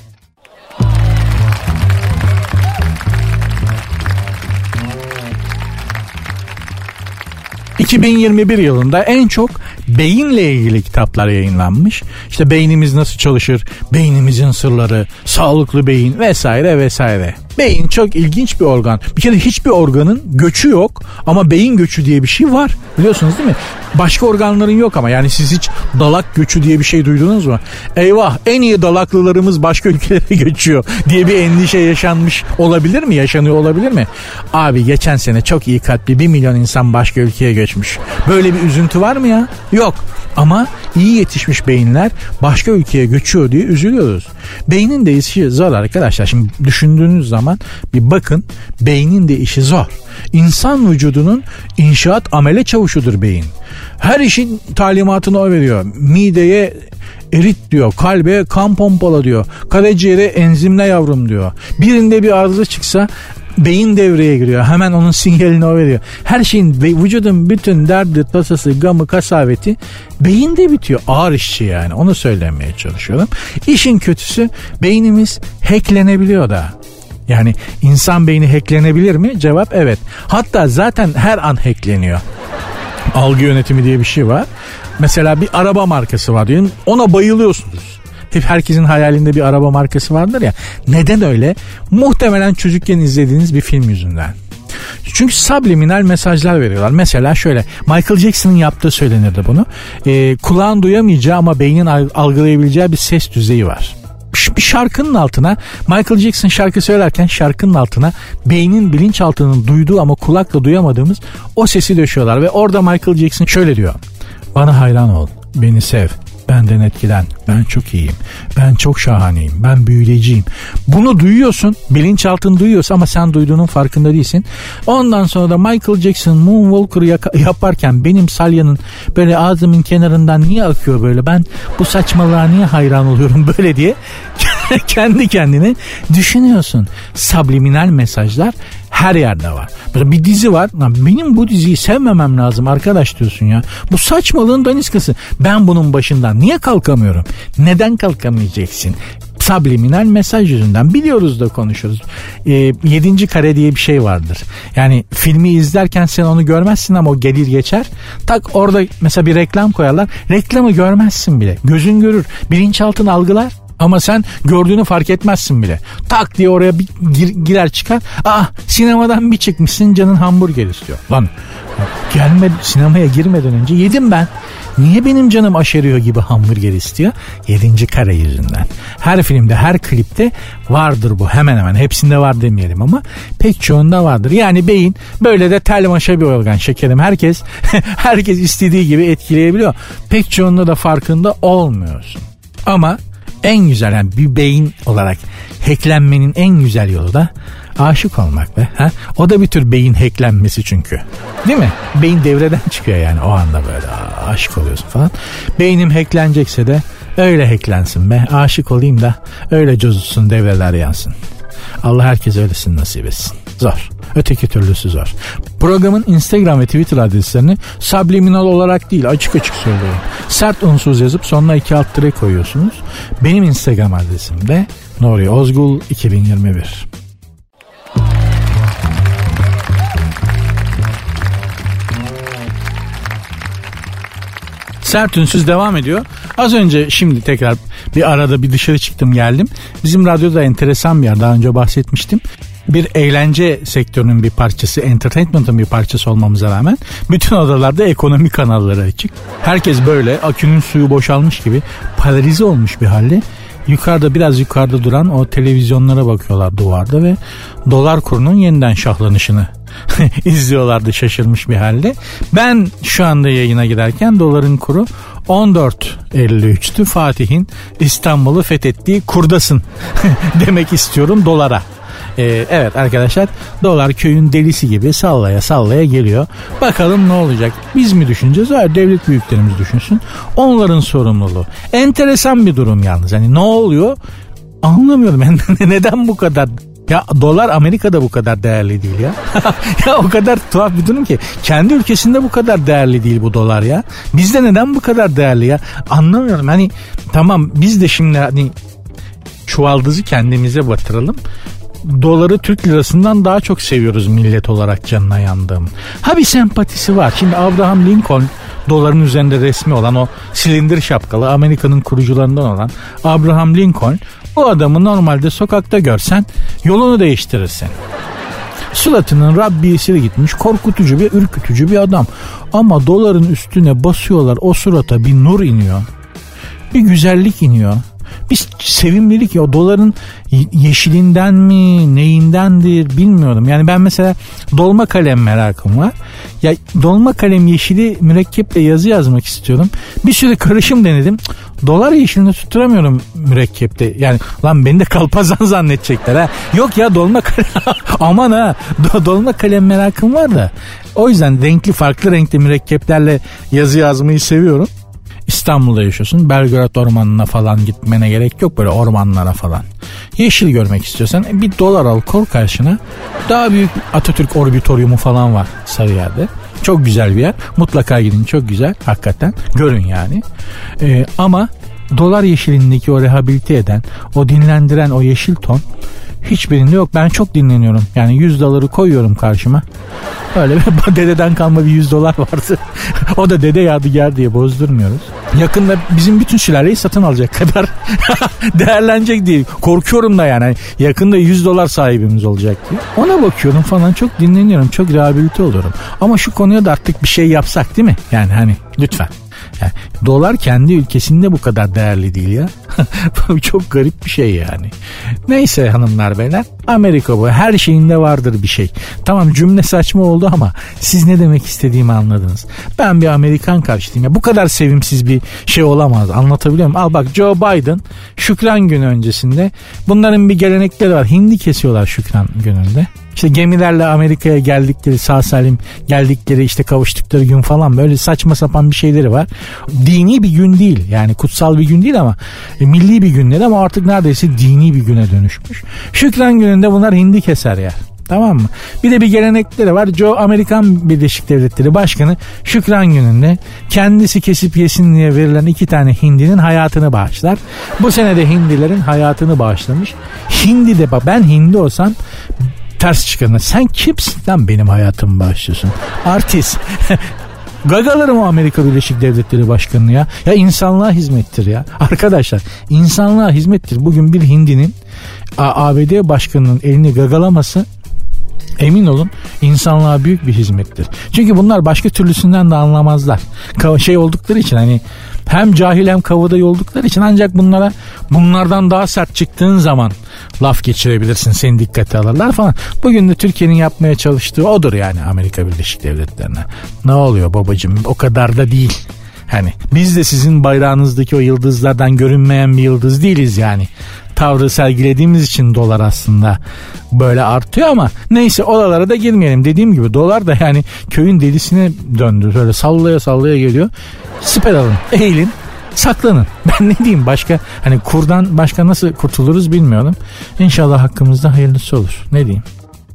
B: ...2021 yılında en çok beyinle ilgili kitaplar yayınlanmış. İşte beynimiz nasıl çalışır, beynimizin sırları, sağlıklı beyin vesaire vesaire. Beyin çok ilginç bir organ. Bir kere hiçbir organın göçü yok ama beyin göçü diye bir şey var. Biliyorsunuz değil mi? Başka organların yok ama yani siz hiç dalak göçü diye bir şey duydunuz mu? Eyvah en iyi dalaklılarımız başka ülkelere göçüyor diye bir endişe yaşanmış olabilir mi? Yaşanıyor olabilir mi? Abi geçen sene çok iyi kalpli 1 milyon insan başka ülkeye göçmüş. Böyle bir üzüntü var mı ya? Yok. Ama iyi yetişmiş beyinler başka ülkeye göçüyor diye üzülüyoruz. Beynin de işi zor arkadaşlar. Şimdi düşündüğünüz zaman bir bakın, beynin de işi zor. İnsan vücudunun inşaat amele çavuşudur beyin. Her işin talimatını o veriyor. Mideye erit diyor, kalbe kan pompala diyor, karaciğere enzimle yavrum diyor. Birinde bir arıza çıksa beyin devreye giriyor. Hemen onun sinyalini o veriyor. Her şeyin, vücudun bütün derdi, tasası, gamı, kasaveti beyinde bitiyor. Ağır işçi yani. Onu söylemeye çalışıyorum. İşin kötüsü beynimiz hacklenebiliyor da. Yani insan beyni hacklenebilir mi? Cevap evet. Hatta zaten her an hackleniyor. Algı yönetimi diye bir şey var. Mesela bir araba markası var diyelim. Ona bayılıyorsunuz. Hep herkesin hayalinde bir araba markası vardır ya. Neden öyle? Muhtemelen çocukken izlediğiniz bir film yüzünden. Çünkü subliminal mesajlar veriyorlar. Mesela şöyle, Michael Jackson'ın yaptığı söylenirdi bunu. Kulağın duyamayacağı ama beynin algılayabileceği bir ses düzeyi var. Bir şarkının altına, Michael Jackson şarkı söylerken şarkının altına beynin bilinçaltının duyduğu ama kulakla duyamadığımız o sesi döşüyorlar. Ve orada Michael Jackson şöyle diyor: bana hayran ol, beni sev, benden etkilen, ben çok iyiyim, ben çok şahaneyim, ben büyüleyiciyim. Bunu duyuyorsun, bilinçaltın duyuyorsa ama sen duyduğunun farkında değilsin. Ondan sonra da Michael Jackson Moonwalker'ı yaparken benim salyanın böyle ağzımın kenarından niye akıyor böyle, ben bu saçmalığa niye hayran oluyorum böyle diye kendi kendine düşünüyorsun. Subliminal mesajlar her yerde var. Mesela bir dizi var. Benim bu diziyi sevmemem lazım arkadaş diyorsun ya. Bu saçmalığın daniskası. Ben bunun başından niye kalkamıyorum? Neden kalkamayacaksın? Subliminal mesaj yüzünden. Biliyoruz da konuşuyoruz. 7. kare diye bir şey vardır. Yani filmi izlerken sen onu görmezsin ama o gelir geçer. Tak orada mesela bir reklam koyarlar. Reklamı görmezsin bile. Gözün görür. Bilinçaltın algılar. Ama sen gördüğünü fark etmezsin bile. Tak diye oraya bir girer çıkar. Sinemadan bir çıkmışsın, canın hamburger istiyor. Lan sinemaya girmeden önce yedim ben. Niye benim canım aşeriyor gibi hamburger istiyor? 7. kare yüzünden. Her filmde, her klipte vardır bu. Hemen hemen hepsinde var demeyelim ama pek çoğunda vardır. Yani beyin böyle de tel maşa bir organ şekerim. Herkes istediği gibi etkileyebiliyor. Pek çoğunda da farkında olmuyorsun. Ama en güzel, yani bir beyin olarak hacklenmenin en güzel yolu da aşık olmak be. O da bir tür beyin hacklenmesi çünkü. Değil mi? Beyin devreden çıkıyor yani o anda, böyle aşık oluyorsun falan. Beynim hacklenecekse de öyle hacklensin be. Aşık olayım da öyle cozutsun, devreler yansın. Allah herkese öylesin nasip etsin. Zor. Öteki türlüsü zor. Programın Instagram ve Twitter adreslerini subliminal olarak değil, açık açık söylüyorum. Sert unsuz yazıp sonuna 2 alt tire koyuyorsunuz. Benim Instagram adresim de Nuri Ozgul 2021. Sert Ünsüz devam ediyor. Az önce, şimdi tekrar bir arada bir dışarı çıktım geldim. Bizim radyoda enteresan bir yer, daha önce bahsetmiştim. Bir eğlence sektörünün bir parçası, entertainment'ın bir parçası olmamıza rağmen bütün odalarda ekonomi kanalları açık. Herkes böyle akünün suyu boşalmış gibi polarize olmuş bir halde biraz yukarıda duran o televizyonlara bakıyorlar duvarda ve dolar kurunun yeniden şahlanışını izliyorlardı şaşırmış bir halde. Ben şu anda yayına giderken doların kuru 14.53'tü. Fatih'in İstanbul'u fethettiği kurdasın demek istiyorum dolara. Evet arkadaşlar, dolar köyün delisi gibi sallaya sallaya geliyor. Bakalım ne olacak? Biz mi düşüneceğiz? Hayır, devlet büyüklerimiz düşünsün. Onların sorumluluğu. Enteresan bir durum yalnız. Hani ne oluyor? Anlamıyorum. Neden bu kadar? Ya dolar Amerika'da bu kadar değerli değil ya. Ya o kadar tuhaf bir durum ki. Kendi ülkesinde bu kadar değerli değil bu dolar ya. Bizde neden bu kadar değerli ya? Anlamıyorum. Hani tamam, biz de şimdi hani çuvaldızı kendimize batıralım. Doları Türk lirasından daha çok seviyoruz millet olarak, canına yandığım. Bir sempatisi var. Şimdi Abraham Lincoln, doların üzerinde resmi olan o silindir şapkalı Amerika'nın kurucularından olan Abraham Lincoln, o adamı normalde sokakta görsen yolunu değiştirirsin. Suratının Rabbisi'yle gitmiş, korkutucu ve ürkütücü bir adam. Ama doların üstüne basıyorlar, o surata bir nur iniyor. Bir güzellik iniyor. bir sevimlilik ya, o doların yeşilinden mi neyindendir bilmiyorum. Yani ben mesela dolma kalem merakım var. Ya dolma kalem yeşili mürekkeple yazı yazmak istiyorum. Bir sürü karışım denedim. Dolar yeşilini tutturamıyorum mürekkepte. Yani lan beni de kalpazan zannedecekler ha. Yok ya dolma kalem aman ha dolma kalem merakım var da. O yüzden farklı renkli mürekkeplerle yazı yazmayı seviyorum. İstanbul'da yaşıyorsun. Belgrad ormanına falan gitmene gerek yok, böyle ormanlara falan. Yeşil görmek istiyorsan bir dolar al, koy karşına. Daha büyük Atatürk Orbitoryumu falan var Sarıyer'de. Çok güzel bir yer. Mutlaka gidin, çok güzel. Hakikaten görün yani. Ama dolar yeşilindeki o rehabilite eden, o dinlendiren o yeşil ton hiçbirinde yok. Ben çok dinleniyorum. Yani 100 doları koyuyorum karşıma. Öyle bir dededen kalma bir 100 dolar vardı. O da dede yadigar diye bozdurmuyoruz. Yakında bizim bütün sülaleyi satın alacak kadar değerlenecek diye korkuyorum da yani. Yakında 100 dolar sahibimiz olacak diye. Ona bakıyorum falan, çok dinleniyorum. Çok rehabilite oluyorum. Ama şu konuya da artık bir şey yapsak değil mi? Yani hani lütfen. Yani dolar kendi ülkesinde bu kadar değerli değil ya. Çok garip bir şey yani. Neyse hanımlar beyler, Amerika bu. Her şeyinde vardır bir şey. Tamam, cümle saçma oldu ama siz ne demek istediğimi anladınız. Ben bir Amerikan karşıtıyım. Ya bu kadar sevimsiz bir şey olamaz. Anlatabiliyor muyum? Al bak, Joe Biden Şükran Günü öncesinde bunların bir gelenekleri var. Hindi kesiyorlar Şükran Günü'nde. İşte gemilerle Amerika'ya geldikleri, sağ salim geldikleri, işte kavuştukları gün falan, böyle saçma sapan bir şeyleri var. Dini bir gün değil yani, kutsal bir gün değil ama milli bir günleri, ama artık neredeyse dini bir güne dönüşmüş. Şükran Günü'nde bunlar hindi keser ya. Tamam mı? Bir de bir gelenekleri var. Amerikan Birleşik Devletleri Başkanı Şükran Günü'nde kendisi kesip yesin diye verilen 2 tane hindinin hayatını bağışlar. Bu sene de hindilerin hayatını bağışlamış. Hindi de bak, ben hindi olsam ters çıkarına, sen kimsin lan benim hayatımı bağışlıyorsun? Artist. Gagalarım o Amerika Birleşik Devletleri Başkanı ya. Ya insanlığa hizmettir ya. Arkadaşlar, insanlığa hizmettir. Bugün bir hindinin ABD Başkanı'nın elini gagalaması, emin olun, insanlığa büyük bir hizmettir. Çünkü bunlar başka türlüsünden de anlamazlar. Şey oldukları için, hani hem cahil hem kavadayı oldukları için, ancak bunlardan daha sert çıktığın zaman laf geçirebilirsin, seni dikkate alırlar falan. Bugün de Türkiye'nin yapmaya çalıştığı odur yani Amerika Birleşik Devletleri'ne. Ne oluyor babacığım, o kadar da değil. Hani biz de sizin bayrağınızdaki o yıldızlardan görünmeyen bir yıldız değiliz yani. Tavrı sergilediğimiz için dolar aslında böyle artıyor, ama neyse, oralara da girmeyelim. Dediğim gibi dolar da yani köyün delisine döndü. Böyle sallaya sallaya geliyor. Siper alın, eğilin, saklanın. Ben ne diyeyim başka, hani kurdan başka nasıl kurtuluruz bilmiyorum. İnşallah hakkımızda hayırlısı olur. Ne diyeyim?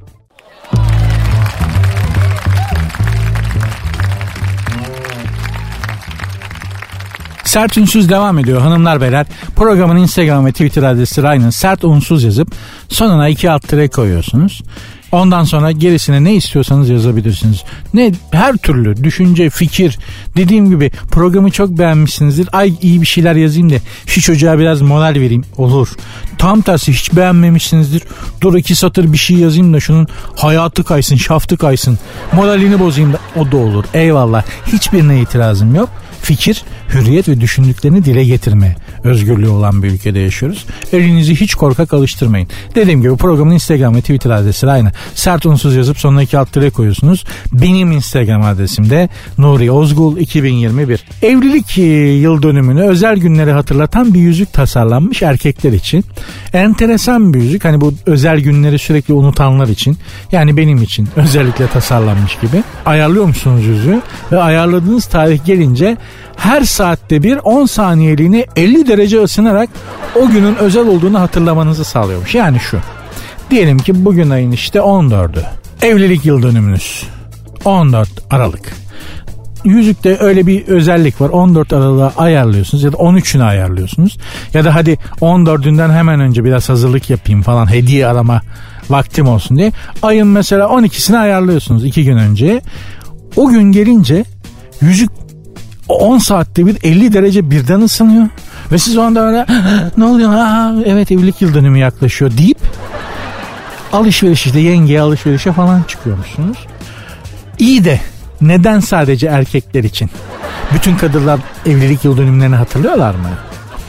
B: Sert Unsuz devam ediyor hanımlar beyler. Programın Instagram ve Twitter adresi aynı. Sert Unsuz yazıp sonuna 2 alt tire koyuyorsunuz. Ondan sonra gerisine ne istiyorsanız yazabilirsiniz. Ne, her türlü düşünce, fikir. Dediğim gibi programı çok beğenmişsinizdir. Ay iyi bir şeyler yazayım da şu çocuğa biraz moral vereyim, olur. Tam tersi, hiç beğenmemişsinizdir. Dur 2 satır bir şey yazayım da şunun hayatı kaysın, şaftı kaysın, moralini bozayım da, o da olur. Eyvallah. Hiçbirine itirazım yok. Fikir, hürriyet ve düşündüklerini dile getirme özgürlüğü olan bir ülkede yaşıyoruz. Elinizi hiç korkak alıştırmayın. Dediğim gibi programın Instagram ve Twitter adresi aynı. Sert Unsuz yazıp sonuna 2 alt tire koyuyorsunuz. Benim Instagram adresim de Nuri Ozgul 2021. Evlilik yıl dönümünü, özel günleri hatırlatan bir yüzük tasarlanmış erkekler için. Enteresan bir yüzük. Hani bu özel günleri sürekli unutanlar için, yani benim için özellikle tasarlanmış gibi. Ayarlıyor musunuz yüzüğü? Ve ayarladığınız tarih gelince her saatte bir 10 saniyeliğine 50 derece ısınarak o günün özel olduğunu hatırlamanızı sağlıyormuş. Yani şu, diyelim ki bugün ayın işte 14'ü. Evlilik yıl dönümünüz 14 Aralık. Yüzükte öyle bir özellik var. 14 Aralık'a ayarlıyorsunuz ya da 13'üne ayarlıyorsunuz. Ya da hadi 14'ünden hemen önce biraz hazırlık yapayım falan, hediye arama vaktim olsun diye. Ayın mesela 12'sine ayarlıyorsunuz 2 gün önce. O gün gelince yüzük 10 saatte bir 50 derece birden ısınıyor. Ve siz o anda öyle ne oluyor? Evet, evlilik yıl dönümü yaklaşıyor deyip alışveriş, işte yengeye alışverişe falan çıkıyormuşsunuz. İyi de neden sadece erkekler için? Bütün kadınlar evlilik yıl dönümlerini hatırlıyorlar mı?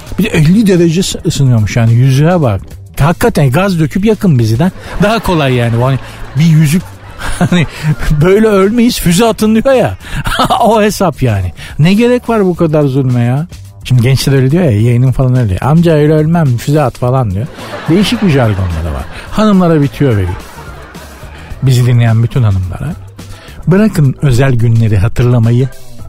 B: Bir de 50 derece ısınıyormuş yani, yüzüğe bak. Hakikaten gaz döküp yakın bizden. Daha kolay yani. Hani bir yüzük, hani böyle ölmeyiz, füze atın diyor ya. O hesap yani. Ne gerek var bu kadar zulme ya? Şimdi gençler öyle diyor ya, yeğenim falan öyle diyor. Amca öyle ölmem, füze at falan diyor. Değişik bir jargonları var. Hanımlara bitiyor veriyor. Bizi dinleyen bütün hanımlara. Bırakın özel günleri hatırlamayı.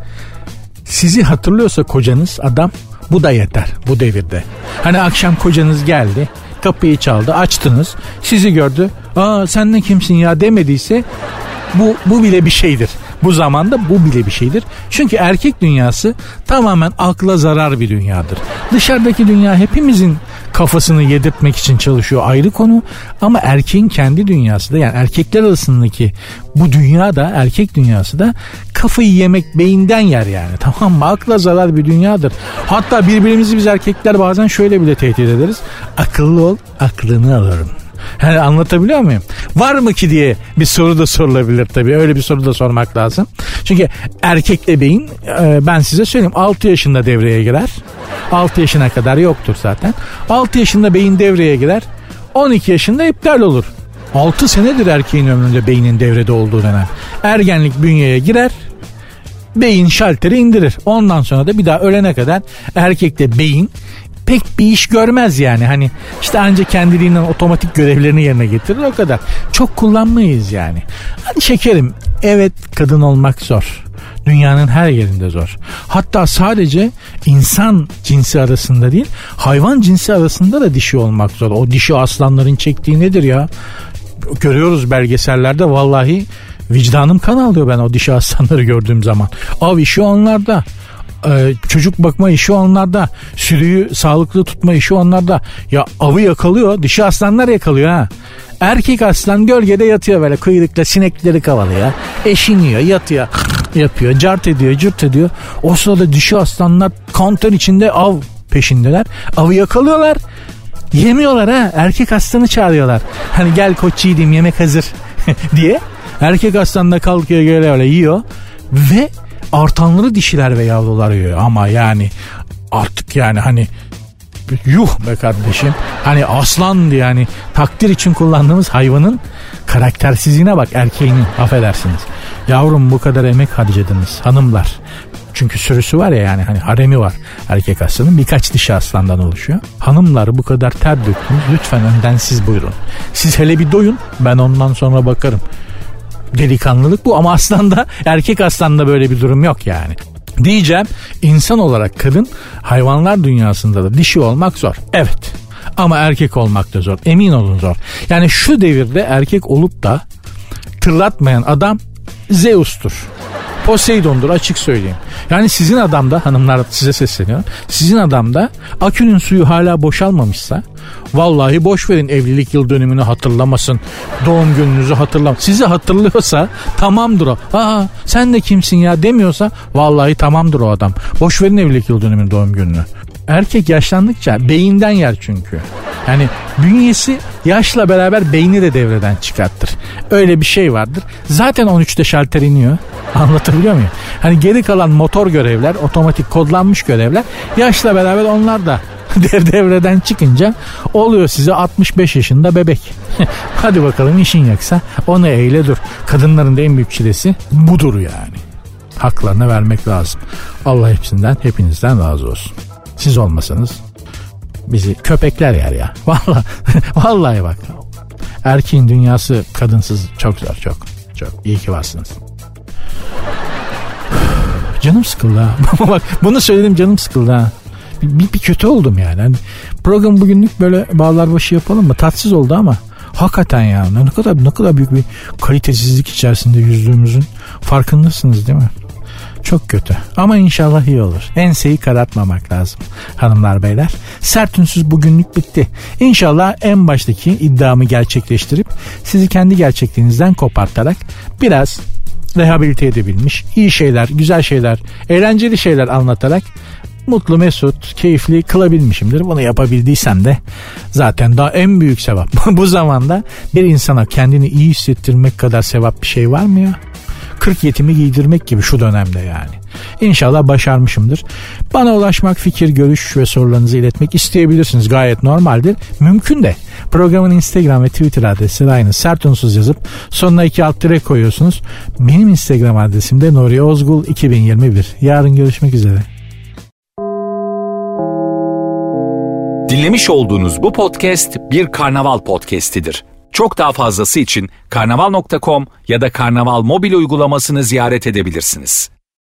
B: Sizi hatırlıyorsa kocanız, adam, bu da yeter bu devirde. Hani akşam kocanız geldi, kapıyı çaldı, açtınız, sizi gördü. Aa sen ne kimsin ya demediyse bu bile bir şeydir. Bu zamanda bu bile bir şeydir. Çünkü erkek dünyası tamamen akla zarar bir dünyadır. Dışarıdaki dünya hepimizin kafasını yedirtmek için çalışıyor, ayrı konu. Ama erkeğin kendi dünyası da, yani erkekler arasındaki bu dünya da, erkek dünyası da kafayı yemek, beyinden yer yani. Tamam mı? Akla zarar bir dünyadır. Hatta birbirimizi biz erkekler bazen şöyle bile tehdit ederiz. Akıllı ol, aklını alırım. Yani anlatabiliyor muyum? Var mı ki diye bir soru da sorulabilir tabii. Öyle bir soru da sormak lazım. Çünkü erkekle beyin, ben size söyleyeyim, 6 yaşında devreye girer. 6 yaşına kadar yoktur zaten. 6 yaşında beyin devreye girer. 12 yaşında iptal olur. 6 senedir erkeğin ömründe beynin devrede olduğu dönem. Ergenlik bünyeye girer. Beyin şalteri indirir. Ondan sonra da bir daha ölene kadar erkekte beyin pek bir iş görmez yani. Hani işte ancak kendiliğinden otomatik görevlerini yerine getirir, o kadar. Çok kullanmayız yani. Hadi şekerim, evet kadın olmak zor. Dünyanın her yerinde zor. Hatta sadece insan cinsi arasında değil, hayvan cinsi arasında da dişi olmak zor. O dişi aslanların çektiği nedir ya? Görüyoruz belgesellerde, vallahi vicdanım kan alıyor ben o dişi aslanları gördüğüm zaman. Av işi onlarda. Çocuk bakma işi onlarda, sürüyü sağlıklı tutma işi onlarda. Ya avı yakalıyor, dişi aslanlar yakalıyor ha. Erkek aslan gölgede yatıyor böyle, kuyrukla sinekleri kovalıyor, eşiniyor, yatıyor, yapıyor, cart ediyor, cırt ediyor. O sırada dişi aslanlar kanter içinde av peşindeler, avı yakalıyorlar, yemiyorlar ha. Erkek aslanı çağırıyorlar, hani gel koç yiğidim yemek hazır diye. Erkek aslan da kalkıyor, öyle yiyor ve artanları dişiler ve yavrular yiyor. Ama yani artık yani hani yuh be kardeşim, hani aslan diye, yani takdir için kullandığımız hayvanın karaktersizliğine bak, erkeğinin, affedersiniz. Yavrum bu kadar emek harcadınız hanımlar. Çünkü sürüsü var ya, yani hani haremi var erkek aslanın, birkaç dişi aslandan oluşuyor. Hanımlar bu kadar ter döktünüz, lütfen önden siz buyurun. Siz hele bir doyun, ben ondan sonra bakarım. Delikanlılık bu, ama aslanda erkek aslanda böyle bir durum yok yani. Diyeceğim, insan olarak kadın, hayvanlar dünyasında da dişi olmak zor. Evet, ama erkek olmak da zor. Emin olun zor. Yani şu devirde erkek olup da tırlatmayan adam Zeus'tur. Poseidon'dur, açık söyleyeyim. Yani sizin adamda, hanımlar size sesleniyorum, sizin adamda akünün suyu hala boşalmamışsa, vallahi boş verin evlilik yıl dönümünü hatırlamasın, doğum gününüzü hatırlamasın. Sizi hatırlıyorsa tamamdır o. Aa sen de kimsin ya demiyorsa, vallahi tamamdır o adam. Boş verin evlilik yıl dönümünü, doğum gününü. Erkek yaşlandıkça beyinden yer çünkü. Yani bünyesi yaşla beraber beyni de devreden çıkartır. Öyle bir şey vardır. Zaten 13'te şalter iniyor. Anlatabiliyor muyum? Hani geri kalan motor görevler, otomatik kodlanmış görevler, yaşla beraber onlar da devreden çıkınca oluyor size 65 yaşında bebek. Hadi bakalım, işin yoksa onu eyle dur. Kadınların da en büyük çilesi budur yani. Haklarını vermek lazım. Allah hepsinden, hepinizden razı olsun. Siz olmasanız bizi köpekler yer ya. Vallahi bak. Erkeğin dünyası kadınsız çok zor, çok. İyi ki varsınız. Canım sıkıldı ha. Bak bunu söyledim, canım sıkıldı ha. Bir kötü oldum yani. Hani program bugünlük böyle bağlar başı yapalım mı? Tatsız oldu ama hakikaten ya. Ne kadar büyük bir kalitesizlik içerisinde yüzdüğümüzün farkındasınız değil mi? Çok kötü. Ama inşallah iyi olur. Enseyi karartmamak lazım hanımlar beyler. Sert Ünsüz bugünlük bitti. İnşallah en baştaki iddiamı gerçekleştirip sizi kendi gerçekliğinizden kopartarak biraz rehabilite edebilmiş, iyi şeyler, güzel şeyler, eğlenceli şeyler anlatarak mutlu, mesut, keyifli kılabilmişimdir. Bunu yapabildiysem de zaten daha en büyük sevap. Bu zamanda bir insana kendini iyi hissettirmek kadar sevap bir şey var mı ya? 40 yetimi giydirmek gibi şu dönemde yani. İnşallah başarmışımdır. Bana ulaşmak, fikir, görüş ve sorularınızı iletmek isteyebilirsiniz. Gayet normaldir. Mümkün de. Programın Instagram ve Twitter adresi aynı. Sert Unsuz yazıp sonuna 2 alt tire koyuyorsunuz. Benim Instagram adresim de Nuri Ozgul 2021. Yarın görüşmek üzere.
A: Dinlemiş olduğunuz bu podcast bir Karnaval podcastidir. Çok daha fazlası için karnaval.com ya da Karnaval mobil uygulamasını ziyaret edebilirsiniz.